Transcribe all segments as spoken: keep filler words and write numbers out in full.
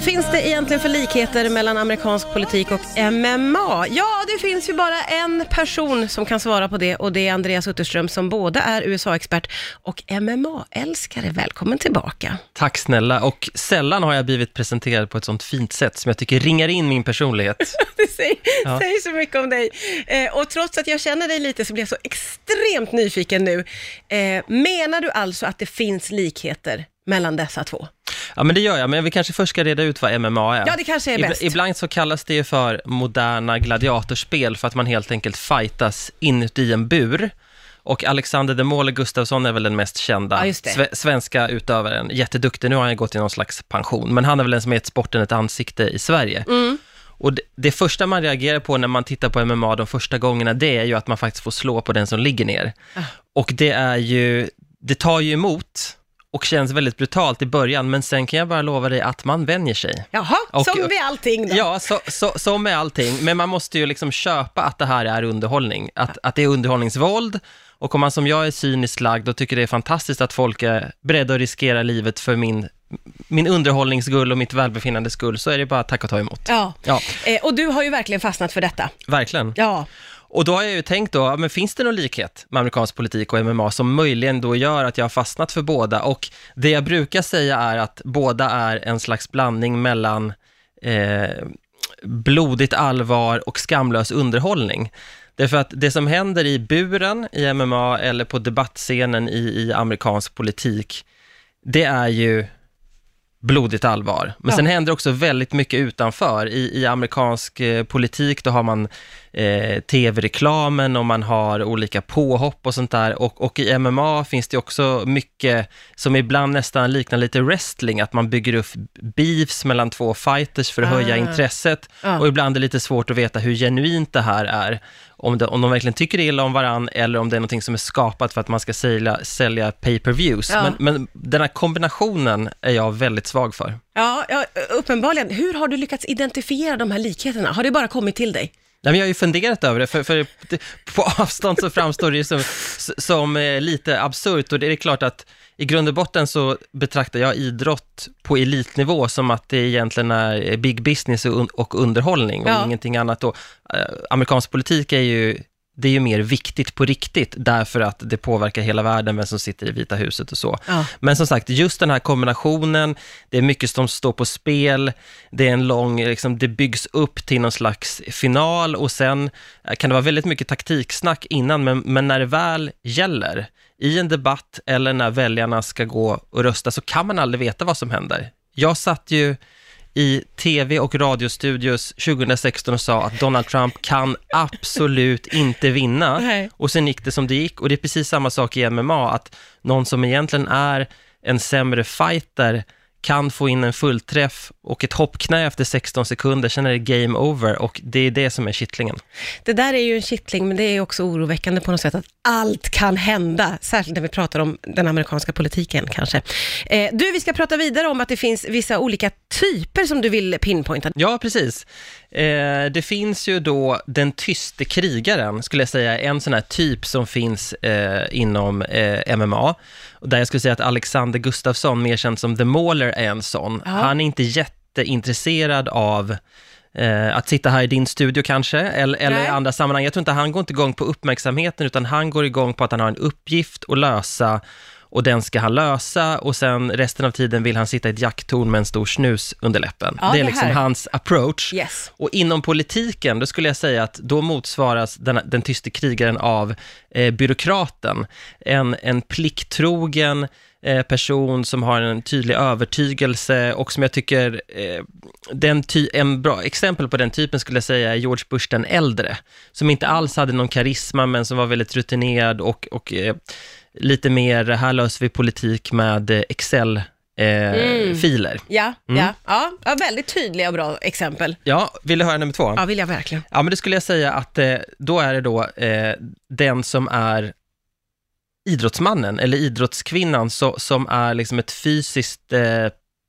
Vad finns det egentligen för likheter mellan amerikansk politik och M M A? Ja, det finns ju bara en person som kan svara på det, och det är Andreas Utterström som både är U S A-expert och M M A-älskare. Välkommen tillbaka. Tack snälla, och sällan har jag blivit presenterad på ett sånt fint sätt som jag tycker ringar in min personlighet. Det säger, ja. säger så mycket om dig. Eh, och trots att jag känner dig lite så blir jag så extremt nyfiken nu. Eh, menar du alltså att det finns likheter mellan dessa två? Ja, men det gör jag, men vi kanske först ska reda ut vad M M A är. Ja, det kanske är bäst. Ibland så kallas det ju för moderna gladiatorspel för att man helt enkelt fightas inuti en bur. Och Alexander de Måle Gustafsson är väl den mest kända ja, sve- svenska utövaren. Jätteduktig, nu har han gått i någon slags pension. Men han är väl den som är ett sporten ett ansikte i Sverige. Mm. Och det, det första man reagerar på när man tittar på M M A de första gångerna, det är ju att man faktiskt får slå på den som ligger ner. Ah. Och det är ju, det tar ju emot och känns väldigt brutalt i början, men sen kan jag bara lova dig att man vänjer sig. Jaha, och, som med allting då. Ja, så, så, som med allting. Men man måste ju liksom köpa att det här är underhållning. Att, att det är underhållningsvåld. Och om man som jag är cyniskt lagd och tycker det är fantastiskt att folk är beredda att riskera livet för min, min underhållningsskull och mitt välbefinnande skull, så är det bara att tacka och ta emot. Ja, ja. Eh, och du har ju verkligen fastnat för detta. Verkligen. Ja. Och då har jag ju tänkt då, men finns det någon likhet med amerikansk politik och M M A som möjligen då gör att jag har fastnat för båda? Och det jag brukar säga är att båda är en slags blandning mellan eh, blodigt allvar och skamlös underhållning. Därför att det som händer i buren i M M A eller på debattscenen i, i amerikansk politik, det är ju blodigt allvar. Men ja. Sen händer också väldigt mycket utanför. I, i amerikansk eh, politik då har man eh, tv-reklamen och man har olika påhopp och sånt där. Och, och i M M A finns det också mycket som ibland nästan liknar lite wrestling. Att man bygger upp beefs mellan två fighters för att ah. höja intresset. Ah. Och ibland är det lite svårt att veta hur genuint det här är. Om, det, om de verkligen tycker illa om varann eller om det är något som är skapat för att man ska sälja, sälja pay-per-views. Ja. Men, men den här kombinationen är jag väldigt svag för. Ja, ja, uppenbarligen. Hur har du lyckats identifiera de här likheterna? Har det bara kommit till dig? Nej, men jag har ju funderat över det, för, för på avstånd så framstår det ju som, som lite absurt, och det är klart att i grund och botten så betraktar jag idrott på elitnivå som att det egentligen är big business och, och underhållning och ja. Ingenting annat. Och, eh, amerikansk politik är ju, det är ju mer viktigt på riktigt därför att det påverkar hela världen, vem som sitter i Vita huset och så. Ja. Men som sagt, just den här kombinationen, det är mycket som står på spel, det är en lång, liksom, det byggs upp till någon slags final och sen kan det vara väldigt mycket taktiksnack innan, men, men när det väl gäller i en debatt eller när väljarna ska gå och rösta så kan man aldrig veta vad som händer. Jag satt ju i tv- och radiostudios tjugohundrasexton och sa att Donald Trump kan absolut inte vinna. Nej. Och sen gick det som det gick. Och det är precis samma sak i M M A, att någon som egentligen är en sämre fighter kan få in en fullträff och ett hoppknä efter sexton sekunder, sen är det game over, och det är det som är kittlingen. Det där är ju en kittling, men det är också oroväckande på något sätt att allt kan hända, särskilt när vi pratar om den amerikanska politiken kanske. Eh, du, vi ska prata vidare om att det finns vissa olika typer som du vill pinpointa. Ja, precis. Eh, det finns ju då den tyste krigaren, skulle jag säga, en sån här typ som finns eh, inom eh, M M A. Och där jag skulle säga att Alexander Gustafsson, mer känd som The Mauler, är en sån. Ja. Han är inte jätteintresserad av eh, att sitta här i din studio kanske, eller, eller i andra sammanhang. Jag tror inte han går inte igång på uppmärksamheten, utan han går igång på att han har en uppgift att lösa, och den ska han lösa, och sen resten av tiden vill han sitta i ett jacktorn med en stor snus under läppen. Ja, det är det liksom hans approach. Yes. Och inom politiken, då skulle jag säga att då motsvaras den, den tyste krigaren av eh, byråkraten. En, en plikttrogen eh, person som har en tydlig övertygelse, och som jag tycker eh, den ty- en bra exempel på den typen skulle jag säga är George Bush den äldre, som inte alls hade någon karisma men som var väldigt rutinerad och, och eh, lite mer, här löser vi politik med Excel-filer. Eh, mm. ja, mm. ja, ja, ja, väldigt tydliga och bra exempel. Ja, vill du höra nummer två? Ja, vill jag verkligen. Ja, men det skulle jag säga att eh, då är det då eh, den som är idrottsmannen eller idrottskvinnan så, som är liksom ett fysiskt eh,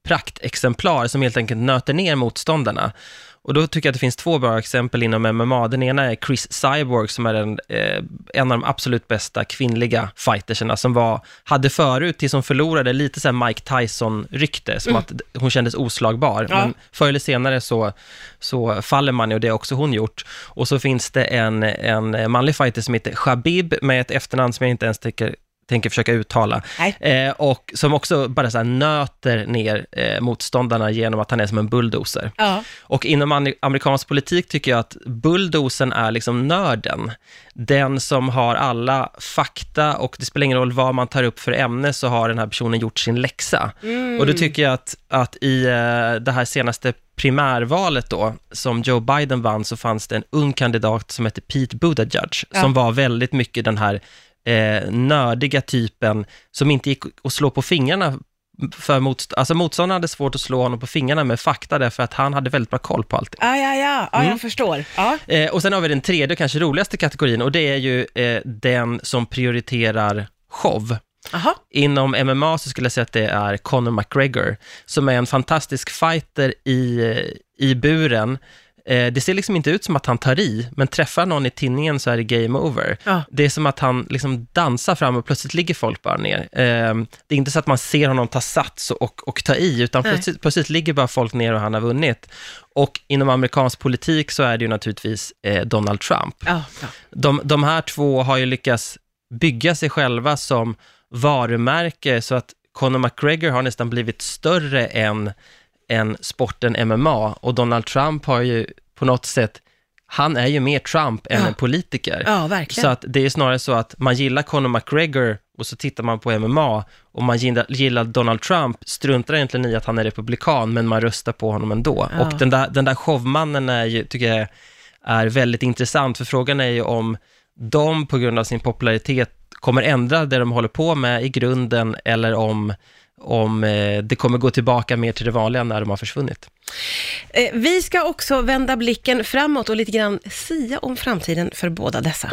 praktexemplar som helt enkelt nöter ner motståndarna. Och då tycker jag att det finns två bra exempel inom M M A. Den ena är Chris Cyborg som är en, eh, en av de absolut bästa kvinnliga fightersarna som var, hade förut tills hon förlorade lite så här Mike Tyson-rykte som mm. att hon kändes oslagbar. Ja. Men förr eller senare så, så faller man och det har också hon gjort. Och så finns det en, en manlig fighter som heter Khabib med ett efternamn som jag inte ens tycker tänker försöka uttala. Eh, och som också bara så här nöter ner eh, motståndarna genom att han är som en bulldozer. Ja. Och inom an- amerikansk politik tycker jag att bulldozern är liksom nörden. Den som har alla fakta och det spelar ingen roll vad man tar upp för ämne så har den här personen gjort sin läxa. Mm. Och då tycker jag att, att i eh, det här senaste primärvalet då, som Joe Biden vann så fanns det en ung kandidat som heter Pete Buttigieg ja. som var väldigt mycket den här Eh, nördiga typen som inte gick att slå på fingrarna för motståndare. Alltså motståndaren hade svårt att slå honom på fingrarna med fakta därför att han hade väldigt bra koll på allt. Ja, ja, ja, ja mm. jag förstår. Ja. Eh, och sen har vi den tredje och kanske roligaste kategorin och det är ju eh, den som prioriterar show. Aha. Inom M M A så skulle jag säga att det är Conor McGregor som är en fantastisk fighter i, i buren. Det ser liksom inte ut som att han tar i, men träffar någon i tinningen så är det game over. Ja. Det är som att han liksom dansar fram och plötsligt ligger folk bara ner. Det är inte så att man ser honom ta sats och, och ta i, utan plötsligt, plötsligt ligger bara folk ner och han har vunnit. Och inom amerikansk politik så är det ju naturligtvis eh, Donald Trump. Ja, ja. De, de här två har ju lyckats bygga sig själva som varumärke så att Conor McGregor har nästan blivit större än än sporten M M A och Donald Trump har ju på något sätt, han är ju mer Trump än ja. en politiker. Ja, verkligen. Så att det är snarare så att man gillar Conor McGregor och så tittar man på M M A och man gillar, gillar Donald Trump, struntar egentligen i att han är republikan men man röstar på honom ändå. Ja. Och den där, den där showmannen är ju, tycker jag är väldigt intressant för frågan är ju om de på grund av sin popularitet kommer ändra det de håller på med i grunden eller om om eh, det kommer gå tillbaka mer till det vanliga när de har försvunnit. Eh, vi ska också vända blicken framåt och lite grann sia om framtiden för båda dessa.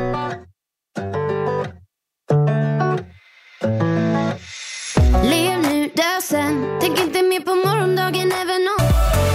Lev nu, dö sen, tänk inte mer på morgondagen, även om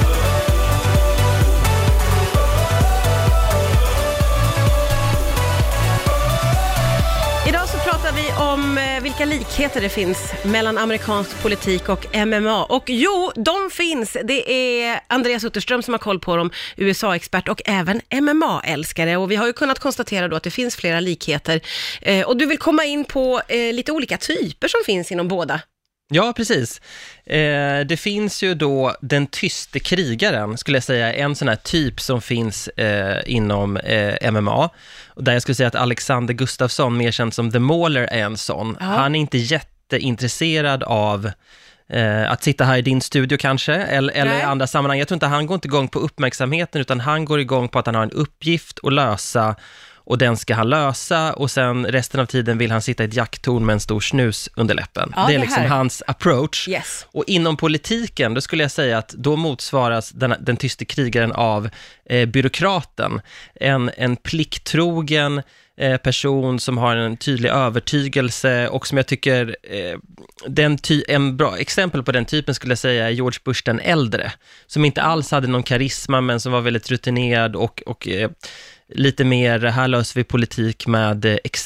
idag så pratar vi om vilka likheter det finns mellan amerikansk politik och M M A. Och jo, de finns. Det är Andreas Utterström som har koll på dem, U S A-expert och även M M A-älskare. Och vi har ju kunnat konstatera då att det finns flera likheter. Eh, och du vill komma in på eh, lite olika typer som finns inom båda. Ja, precis. Eh, det finns ju då den tyste krigaren, skulle jag säga, en sån här typ som finns eh, inom eh, M M A. Och där jag skulle säga att Alexander Gustafsson, mer känd som The Mauler, är en sån. Ja. Han är inte jätteintresserad av eh, att sitta här i din studio kanske, eller, eller i andra sammanhang. Jag tror inte han går inte igång på uppmärksamheten, utan han går igång på att han har en uppgift att lösa och den ska han lösa och sen resten av tiden vill han sitta i ett jakttorn med en stor snus under läppen. Ja, det är det liksom hans approach. Yes. Och inom politiken, då skulle jag säga att då motsvaras den, den tyste krigaren av eh, byråkraten. En, en plikttrogen eh, person som har en tydlig övertygelse och som jag tycker eh, den ty- en bra exempel på den typen skulle jag säga är George Bush den äldre. Som inte alls hade någon karisma men som var väldigt rutinerad och, och eh, lite mer, här löser vi politik med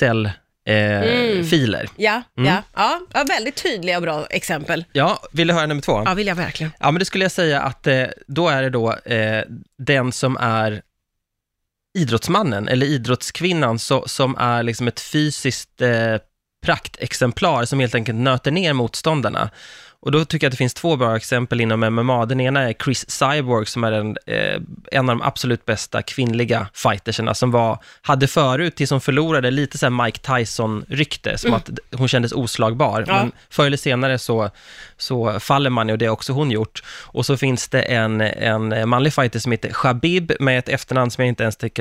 Excel-filer. Eh, mm. ja, mm. ja, ja, ja, väldigt tydliga och bra exempel. Ja, vill du höra nummer två? Ja, vill jag verkligen. Ja, men det skulle jag säga att eh, då är det då eh, den som är idrottsmannen eller idrottskvinnan så, som är liksom ett fysiskt eh, praktexemplar som helt enkelt nöter ner motståndarna. Och då tycker jag att det finns två bra exempel inom M M A. Den ena är Chris Cyborg som är en, eh, en av de absolut bästa kvinnliga fightersarna som var, hade förut tills hon förlorade lite så här Mike Tyson-rykte som mm. att hon kändes oslagbar. Ja. Men förr eller senare så, så faller man och det har också hon gjort. Och så finns det en, en manlig fighter som heter Khabib med ett efternamn som jag inte ens tänker,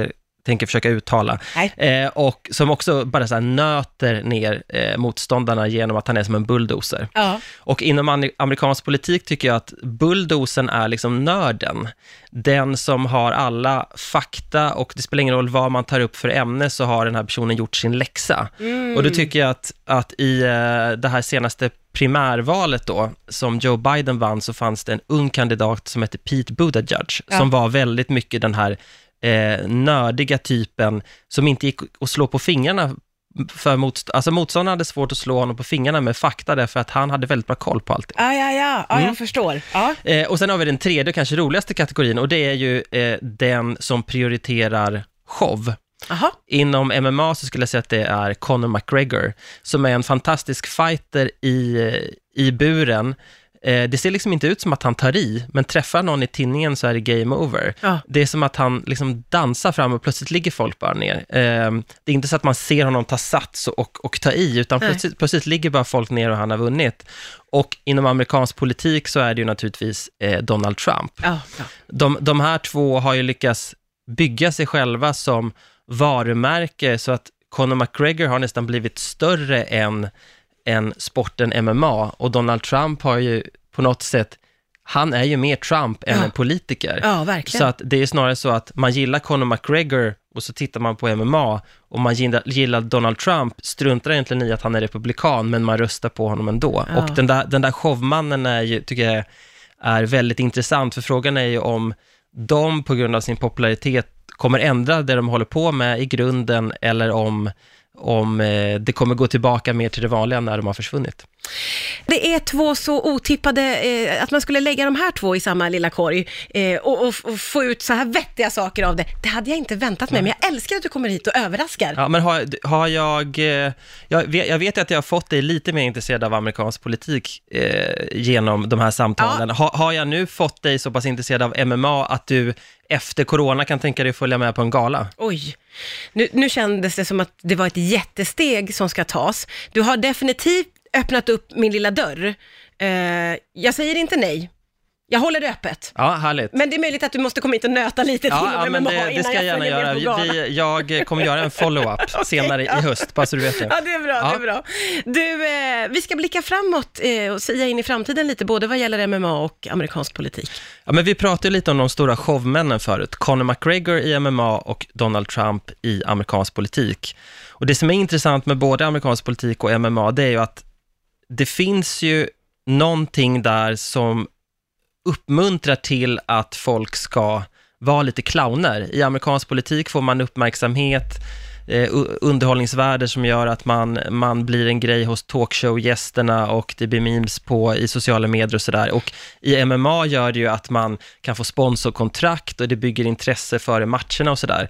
tänker försöka uttala. Eh, och som också bara så här nöter ner eh, motståndarna genom att han är som en bulldozer. Ja. Och inom amerikansk politik tycker jag att bulldozern är liksom nörden. Den som har alla fakta, och det spelar ingen roll vad man tar upp för ämne, så har den här personen gjort sin läxa. Mm. Och då tycker jag att, att i eh, det här senaste primärvalet då, som Joe Biden vann, så fanns det en ung kandidat som heter Pete Buttigieg, ja. som var väldigt mycket den här eh, nördiga typen som inte gick att slå på fingrarna för motst- alltså motståndaren hade svårt att slå honom på fingrarna med fakta, därför att han hade väldigt bra koll på allt. Ja, ja, ja, ja, mm. jag förstår. Ja. Eh, och sen har vi den tredje och kanske roligaste kategorin, och det är ju eh, den som prioriterar show. Aha. Inom M M A så skulle jag säga att det är Conor McGregor, som är en fantastisk fighter i, i buren. Eh, det ser liksom inte ut som att han tar i, men träffar någon i tinningen så är det game over. Ja. Det är som att han liksom dansar fram och plötsligt ligger folk bara ner. Eh, det är inte så att man ser honom ta sats och, och ta i, utan plötsligt, plötsligt ligger bara folk ner och han har vunnit. Och inom amerikansk politik så är det ju naturligtvis eh, Donald Trump. Ja, ja. De, de här två har ju lyckats bygga sig själva som varumärke, så att Conor McGregor har nästan blivit större än, än sporten M M A, och Donald Trump har ju på något sätt, han är ju mer Trump än ja. en politiker. Ja, verkligen. Så att det är snarare så att man gillar Conor McGregor och så tittar man på M M A, och man gillar, gillar Donald Trump, struntar egentligen i att han är republikan, men man röstar på honom ändå. Ja. Och den där, den där showmannen är ju, tycker jag är väldigt intressant, för frågan är ju om de på grund av sin popularitet kommer ändra det de håller på med i grunden, eller om, om eh, det kommer gå tillbaka mer till det vanliga när de har försvunnit. Det är två så otippade, eh, att man skulle lägga de här två i samma lilla korg eh, och, och, och få ut så här vettiga saker av det. Det hade jag inte väntat mig, men jag älskar att du kommer hit och överraskar. Ja, men har, har jag, eh, jag, vet, jag vet att jag har fått dig lite mer intresserad av amerikansk politik eh, genom de här samtalen. Ja. Ha, har jag nu fått dig så pass intresserad av M M A att du efter corona kan tänka dig att följa med på en gala? Oj, nu, nu kändes det som att det var ett jättesteg som ska tas. Du har definitivt öppnat upp min lilla dörr. Uh, jag säger inte nej. Jag håller det öppet. Ja, härligt. Men det är möjligt att du måste komma hit och nöta lite till ja, ja, men det, det ska jag gärna göra. Vi, jag kommer göra en follow-up okay, senare ja. i höst, bara så du vet det. Ja, det är bra, ja. det är bra. Du, eh, vi ska blicka framåt eh, och säga in i framtiden lite, både vad gäller M M A och amerikansk politik. Ja, men vi pratade lite om de stora showmännen förut. Conor McGregor i M M A och Donald Trump i amerikansk politik. Och det som är intressant med både amerikansk politik och M M A, det är ju att det finns ju någonting där som uppmuntrar till att folk ska vara lite clowner. I amerikansk politik får man uppmärksamhet, eh, underhållningsvärde som gör att man, man blir en grej hos talkshow-gästerna, och det blir memes på i sociala medier och sådär. Och i M M A gör det ju att man kan få sponsorkontrakt, och det bygger intresse före matcherna och sådär.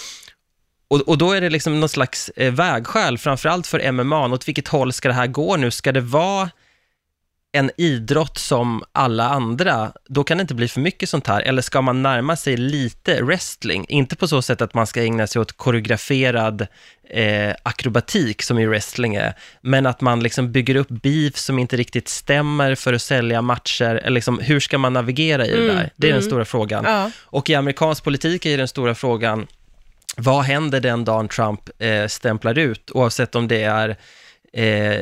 Och, och då är det liksom någon slags eh, vägskäl, framförallt för M M A. Åt vilket håll ska det här gå nu? Ska det vara en idrott som alla andra? Då kan det inte bli för mycket sånt här. Eller ska man närma sig lite wrestling? Inte på så sätt att man ska ägna sig åt koreograferad eh, akrobatik som i wrestling är. Men att man liksom bygger upp beef som inte riktigt stämmer för att sälja matcher. Eller liksom, hur ska man navigera i det där? Mm, det är mm. den stora frågan. Ja. Och i amerikansk politik är den stora frågan: vad händer den dagen Trump eh, stämplar ut? Oavsett om det är eh,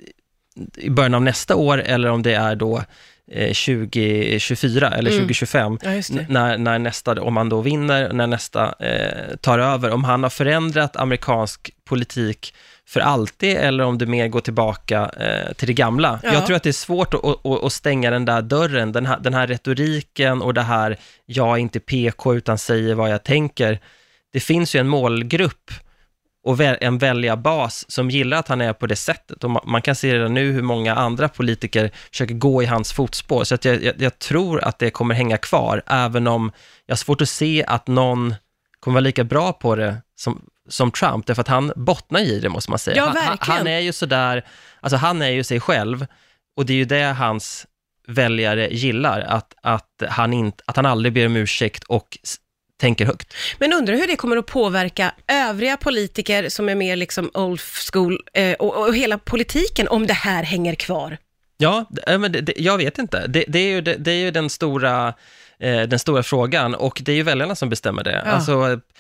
i början av nästa år, eller om det är då eh, tjugo tjugofyra eller mm. tjugo tjugofem, ja, n- när, när nästa, om han då vinner, när nästa eh, tar över, om han har förändrat amerikansk politik för alltid, eller om det mer går tillbaka eh, till det gamla. Ja. Jag tror att det är svårt att, att, att stänga den där dörren, den här, den här retoriken och det här, jag är inte P K utan säger vad jag tänker. Det finns ju en målgrupp och en väljarbas som gillar att han är på det sättet. Och man kan se redan nu hur många andra politiker försöker gå i hans fotspår. Så att jag, jag, jag tror att det kommer hänga kvar, även om jag har svårt att se att någon kommer vara lika bra på det som, som Trump. Därför att han bottnar i det, måste man säga. Ja, han, han är ju sådär, alltså han är ju sig själv, och det är ju det hans väljare gillar, att, att, han, inte, att han aldrig ber om ursäkt och tänker högt. Men undrar hur det kommer att påverka övriga politiker som är mer liksom old school eh, och, och hela politiken, om det här hänger kvar? Ja, men det, det, jag vet inte. Det, det, är, ju, det, det är ju den stora, eh, den stora frågan, och det är ju väljarna som bestämmer det. Ja. Alltså,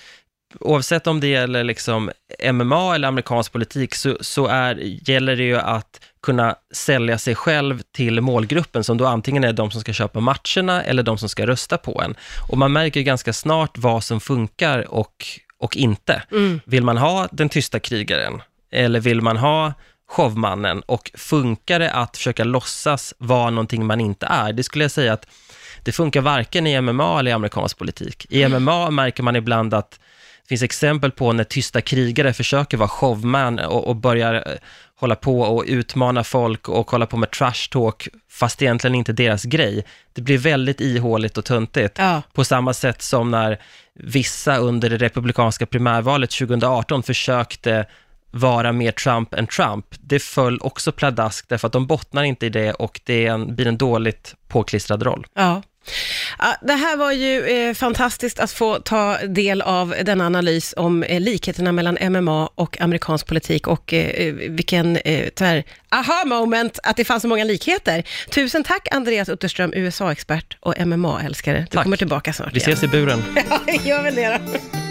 oavsett om det gäller liksom M M A eller amerikansk politik så, så är, gäller det ju att kunna sälja sig själv till målgruppen som då antingen är de som ska köpa matcherna eller de som ska rösta på en. Och man märker ju ganska snart vad som funkar och, och inte. Mm. Vill man ha den tysta krigaren eller vill man ha showmannen, och funkar det att försöka låtsas vara någonting man inte är? Det skulle jag säga att det funkar varken i M M A eller i amerikansk politik. I M M A märker man ibland att det finns exempel på när tysta krigare försöker vara showman och, och börjar hålla på och utmana folk och hålla på med trash talk fast egentligen inte deras grej. Det blir väldigt ihåligt och töntigt. Ja. På samma sätt som när vissa under det republikanska primärvalet tjugo arton försökte vara mer Trump än Trump. Det föll också pladask därför att de bottnar inte i det och det är en, blir en dåligt påklistrad roll. Ja. Ja, det här var ju eh, fantastiskt att få ta del av den analys om eh, likheterna mellan M M A och amerikansk politik och eh, vilken eh, här, aha moment att det fanns så många likheter. Tusen tack Andreas Utterström, U S A-expert och M M A-älskare. Du tack. Kommer tillbaka snart. Vi ses igen. I buren. Ja, gör väl det då.